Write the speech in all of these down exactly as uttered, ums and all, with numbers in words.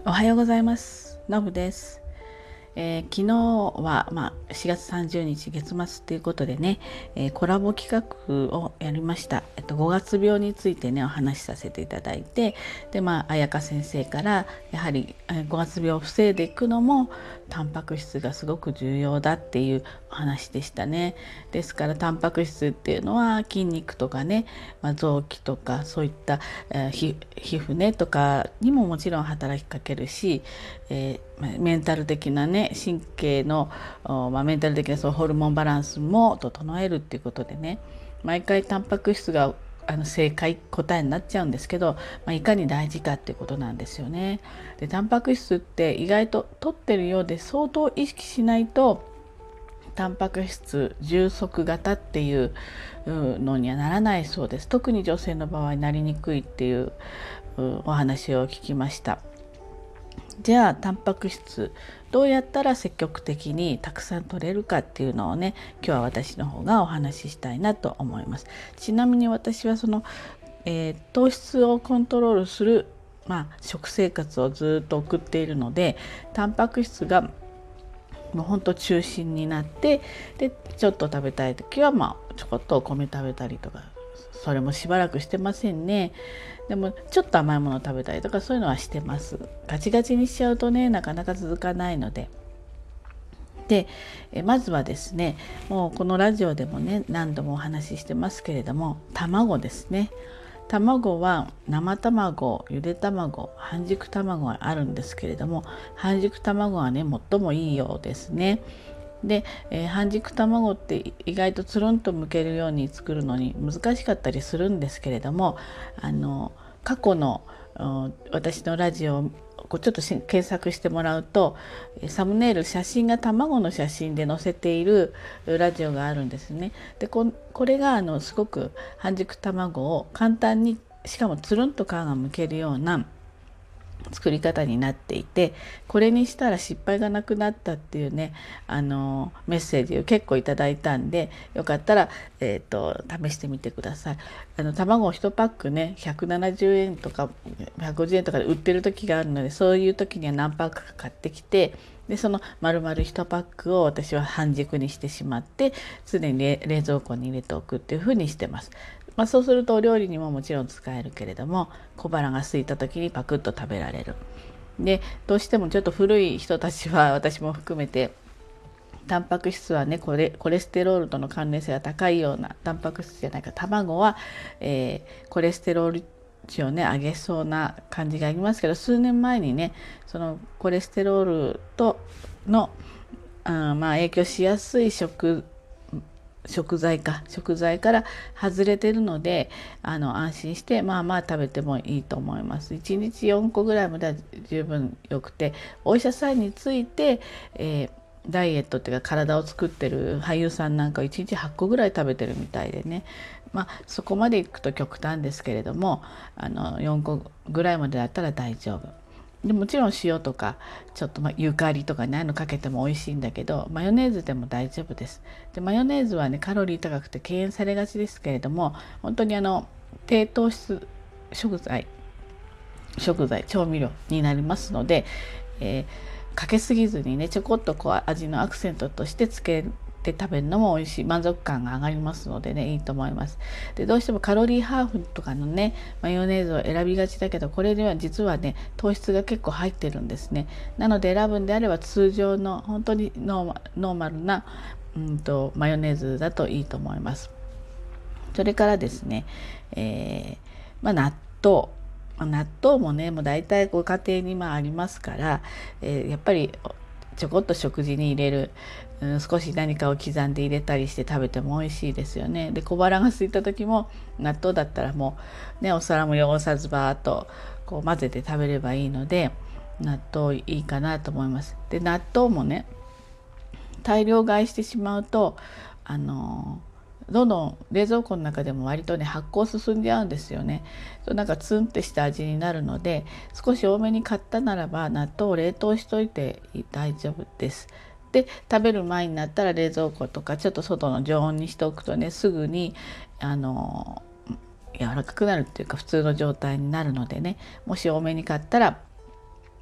おはようございます。のぶです。えー昨日は、まあ、しがつさんじゅうにち月末ということでね、えーコラボ企画をやりました。えっと、ごがつ病についてねお話しさせていただいて、でまあ彩香先生からやはり、えーごがつ病を防いでいくのもタンパク質がすごく重要だっていうお話でしたね。ですからタンパク質っていうのは筋肉とかね、まあ、臓器とかそういった、えー皮皮膚ねとかにももちろん働きかけるし、えーメンタル的なね神経の、まあ、メンタル的なそのホルモンバランスも整えるっていうことでね、毎回タンパク質があの正解答えになっちゃうんですけど、まあ、いかに大事かっていうことなんですよね。でタンパク質って意外と取ってるようで相当意識しないとタンパク質充足型っていうのにはならないそうです。特に女性の場合なりにくいっていうお話を聞きました。じゃあタンパク質どうやったら積極的にたくさん取れるかっていうのをね、今日は私の方がお話ししたいなと思います。ちなみに私はその、えー糖質をコントロールする、まあ、食生活をずっと送っているので、タンパク質がもうほんと中心になって、でちょっと食べたい時はまあちょこっとお米食べたりとか、それもしばらくしてませんね。でもちょっと甘いもの食べたりとかそういうのはしてます。ガチガチにしちゃうとねなかなか続かないので。でえまずはですね、もうこのラジオでもね何度もお話ししてますけれども、卵ですね。卵は生卵、ゆで卵、半熟卵があるんですけれども、半熟卵はね最もいいようですね。で、えー半熟卵って意外とつるんと剥けるように作るのに難しかったりするんですけれども、あの過去の私のラジオをこうちょっと検索してもらうと、サムネイル写真が卵の写真で載せているラジオがあるんですね。で こ, これがあのすごく半熟卵を簡単に、しかもつるんと皮がむけるような作り方になっていて、これにしたら失敗がなくなったっていうね、あのメッセージを結構いただいたんで、よかったら、えー、と試してみてください。あの卵いちパックねひゃくななじゅうえんとかひゃくごじゅうえんとかで売ってる時があるので、そういう時には何パックか買ってきて、でその丸々いちパックを私は半熟にしてしまって常に冷蔵庫に入れておくっていう風にしてます。まあ、そうするとお料理にももちろん使えるけれども、小腹が空いた時にパクッと食べられる。でどうしてもちょっと古い人たちは私も含めてタンパク質はねコレコレステロールとの関連性が高いようなタンパク質じゃないか、卵は、えーコレステロール値をね上げそうな感じがありますけど、数年前にねそのコレステロールとのあまあ影響しやすい食食材か食材から外れてるので、あの安心してまあまあ食べてもいいと思います。いちにちよんこぐらいまでは十分よくて、お医者さんについて、えーダイエットっていうか体を作ってる俳優さんなんかいちにちはっこぐらい食べてるみたいでね、まあそこまでいくと極端ですけれども、あのよんこぐらいまでだったら大丈夫で、もちろん塩とかちょっとまあゆかりとかねああいうのかけても美味しいんだけど、マヨネーズでも大丈夫です。でマヨネーズはねカロリー高くて敬遠されがちですけれども、本当にあの低糖質食材食材調味料になりますので、えー、かけすぎずにねちょこっとこう味のアクセントとしてつけて食べるのも美味しい、満足感が上がりますのでねいいと思います。でどうしてもカロリーハーフとかのねマヨネーズを選びがちだけど、これには実はね糖質が結構入ってるんですね。なので選ぶんであれば通常の本当にノーマノーマルなうんとマヨネーズだといいと思います。それからですね、えーまあ、納豆納豆もねもう大体ご家庭にまあありますから、えーやっぱりちょこっと食事に入れる、うん、少し何かを刻んで入れたりして食べても美味しいですよね。で小腹が空いた時も納豆だったらもうねお皿も汚さずバーッとこう混ぜて食べればいいので、納豆いいかなと思います。で納豆もね大量買いしてしまうとあのどんどん冷蔵庫の中でも割とね発酵進んじゃうんですよね。なんかツンってした味になるので、少し多めに買ったならば納豆を冷凍しといて大丈夫です。で食べる前になったら冷蔵庫とかちょっと外の常温にしておくとねすぐにあの柔らかくなるっていうか普通の状態になるのでね、もし多めに買ったら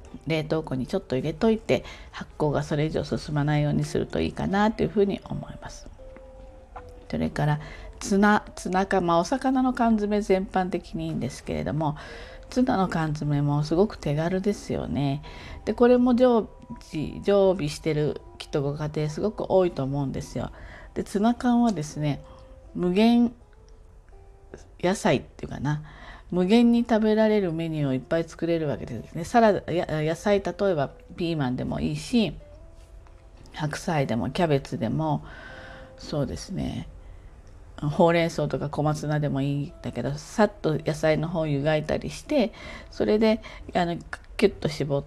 冷凍庫にちょっと入れといて、発酵がそれ以上進まないようにするといいかなというふうに思います。それからツナツナか、まあ、お魚の缶詰全般的にいいんですけれども、ツナの缶詰もすごく手軽ですよね。でこれも常時常備してるきっとご家庭すごく多いと思うんですよ。でツナ缶はですね、無限野菜っていうかな、無限に食べられるメニューをいっぱい作れるわけですね。サラダや野菜、例えばピーマンでもいいし、白菜でもキャベツでも、そうですね、ほうれん草とか小松菜でもいいんだけど、さっと野菜の方を湯がいたりして、それであのキュッと絞って、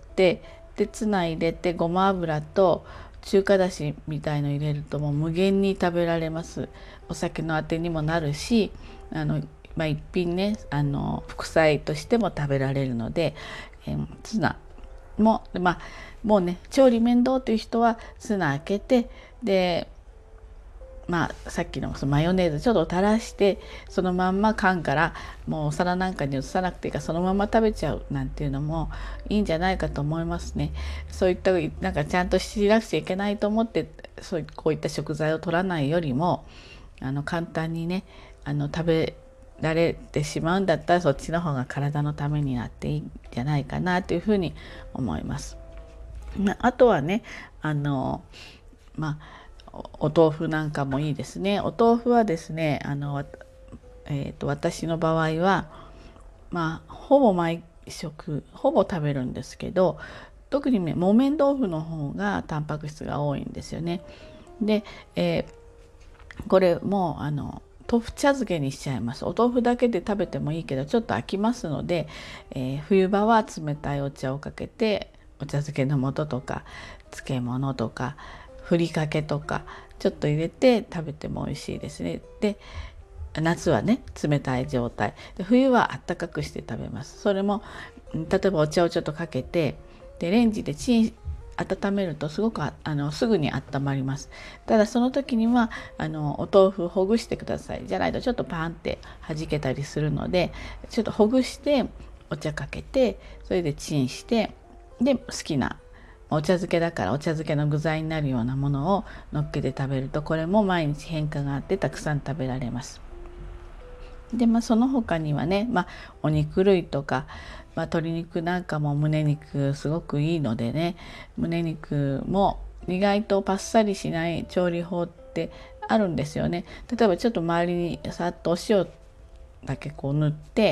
でツナ入れてごま油と中華だしみたいの入れるともう無限に食べられます。お酒のあてにもなるし、あの、まあ、一品ね、あの副菜としても食べられるので、えー、ツナも、まあ、もうね調理面倒という人はツナ開けて、でまあ、さっきのそのマヨネーズちょっと垂らして、そのまんま缶からもうお皿なんかに移さなくていいからそのまま食べちゃうなんていうのもいいんじゃないかと思いますね。そういったなんかちゃんとしなくちゃいけないと思ってそうこういった食材を取らないよりも、あの簡単にねあの食べられてしまうんだったら、そっちの方が体のためになっていいんじゃないかなというふうに思います。あとはね、あのまあお豆腐なんかもいいですね。お豆腐はですね、あの、えーと、私の場合はまあほぼ毎食ほぼ食べるんですけど、特にね木綿豆腐の方がタンパク質が多いんですよね。で、えー、これもあの豆腐茶漬けにしちゃいます。お豆腐だけで食べてもいいけどちょっと飽きますので、えー、冬場は冷たいお茶をかけて、お茶漬けの素とか漬物とかふりかけとかちょっと入れて食べても美味しいですね。で夏はね冷たい状態で、冬はあったかくして食べます。それも例えばお茶をちょっとかけて、でレンジでチン温めるとすごくああのすぐに温まります。ただその時にはあのお豆腐ほぐしてください。じゃないとちょっとパンって弾けたりするので、ちょっとほぐしてお茶かけて、それでチンして、で好きなお茶漬けだからお茶漬けの具材になるようなものを乗っけて食べると、これも毎日変化があってたくさん食べられます。でまあその他にはね、まあ、お肉類とか、まあ、鶏肉なんかも胸肉すごくいいのでね、胸肉も意外とパッサリしない調理法ってあるんですよね。例えばちょっと周りにさっとお塩だけこう塗って、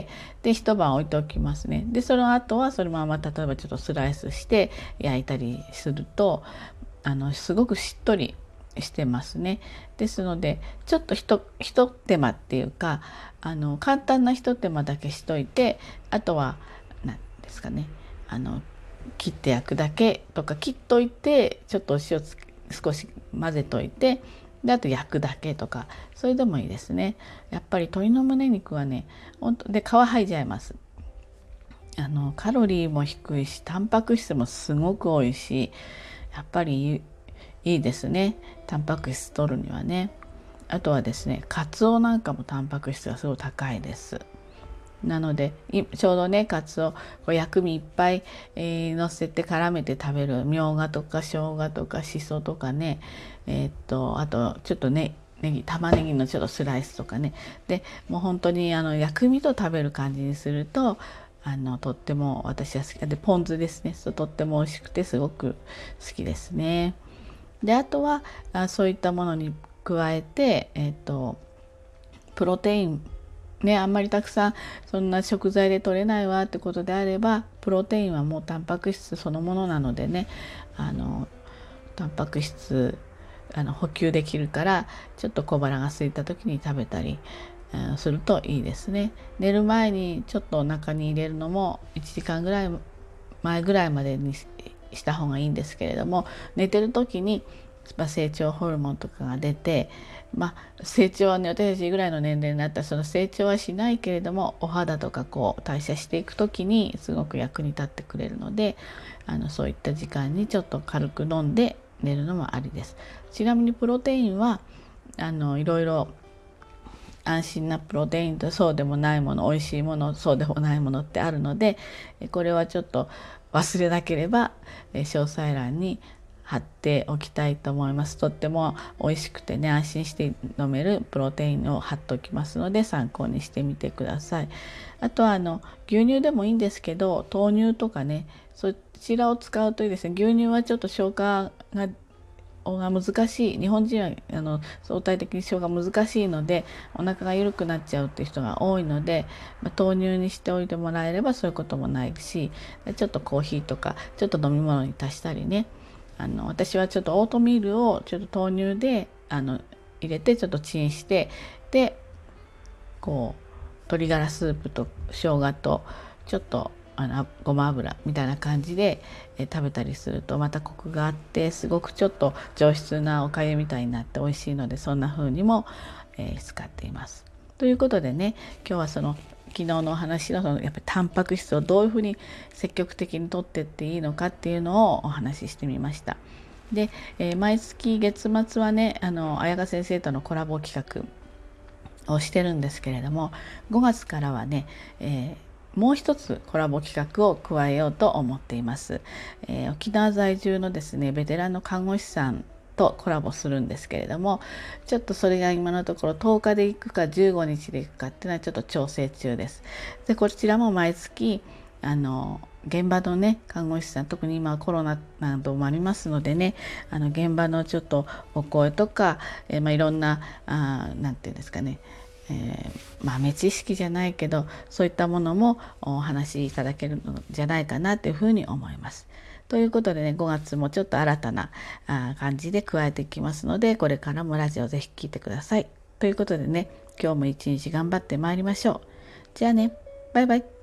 で一晩置いておきますね。でその後はそのまま例えばちょっとスライスして焼いたりすると、あのすごくしっとりしてますね。ですのでちょっとひとひと手間っていうか、あの簡単なひと手間だけしといて、あとは何ですかね、あの切って焼くだけとか、切っといてちょっとお塩つ少し混ぜといて、であと焼くだけとか、それでもいいですね。やっぱり鶏の胸肉はね、本当で皮剥いじゃいます。あのカロリーも低いしタンパク質もすごく多いし、やっぱりいいですね、タンパク質取るにはね。あとはですね、カツオなんかもタンパク質がすごい高いです。なのでちょうどねカツオこう薬味いっぱい、えー、乗せて絡めて食べるみょうがとか生姜とかしそとかね、えー、っとあとちょっとねネギ玉ねぎのちょっとスライスとかね、でもう本当にあの薬味と食べる感じにすると、あのとっても私は好きで、ポン酢ですね、とっても美味しくてすごく好きですね。であとはあそういったものに加えて、えー、っとプロテインね、あんまりたくさんそんな食材で取れないわってことであれば、プロテインはもうタンパク質そのものなのでね、あのタンパク質あの補給できるから、ちょっと小腹が空いた時に食べたり、うん、するといいですね。寝る前にちょっとお腹に入れるのもいちじかんぐらい前ぐらいまでにした方がいいんですけれども、寝てる時に成長ホルモンとかが出て、まあ、成長はね私たちぐらいの年齢になったらその成長はしないけれども、お肌とかこう代謝していく時にすごく役に立ってくれるので、あのそういった時間にちょっと軽く飲んで寝るのもありです。ちなみにプロテインはあのいろいろ安心なプロテインとそうでもないもの、美味しいもの、そうでもないものってあるので、これはちょっと忘れなければ詳細欄に貼っておきたいと思います。とっても美味しくてね、安心して飲めるプロテインを貼っておきますので、参考にしてみてください。あとはあの牛乳でもいいんですけど、豆乳とかね、そちらを使うといいですね。牛乳はちょっと消化がが難しい、日本人はあの相対的に消化難しいので、お腹が緩くなっちゃうっていう人が多いので、まあ、豆乳にしておいてもらえればそういうこともないし、ちょっとコーヒーとかちょっと飲み物に足したりね、あの私はちょっとオートミールをちょっと豆乳であの入れてちょっとチンして、でこう鶏ガラスープと生姜とちょっとあのごま油みたいな感じで、え食べたりするとまたコクがあって、すごくちょっと上質なおかゆみたいになって美味しいので、そんな風にも、えー、使っています。ということでね、今日はその昨日のお話のそのやっぱりタンパク質をどういうふうに積極的にとってっていいのかっていうのをお話ししてみました。で、えー、毎月月末はね、あの綾香先生とのコラボ企画をしてるんですけれども、ごがつからはね、えーもう一つコラボ企画を加えようと思っています。えー、沖縄在住のですねベテランの看護師さんとコラボするんですけれども、ちょっとそれが今のところとおかで行くかじゅうごにちで行くかっていうのはちょっと調整中です。でこちらも毎月あの現場のね看護師さん、特に今コロナなどもありますのでね、あの現場のちょっとお声とか、えーまあ、いろんなあなんていうんですかね、えー、豆知識じゃないけどそういったものもお話しいただけるのじゃないかなというふうに思います。ということでね、ごがつもちょっと新たなあ感じで加えていきますので、これからもラジオぜひ聞いてください。ということでね、今日も一日頑張ってまいりましょう。じゃあね、バイバイ。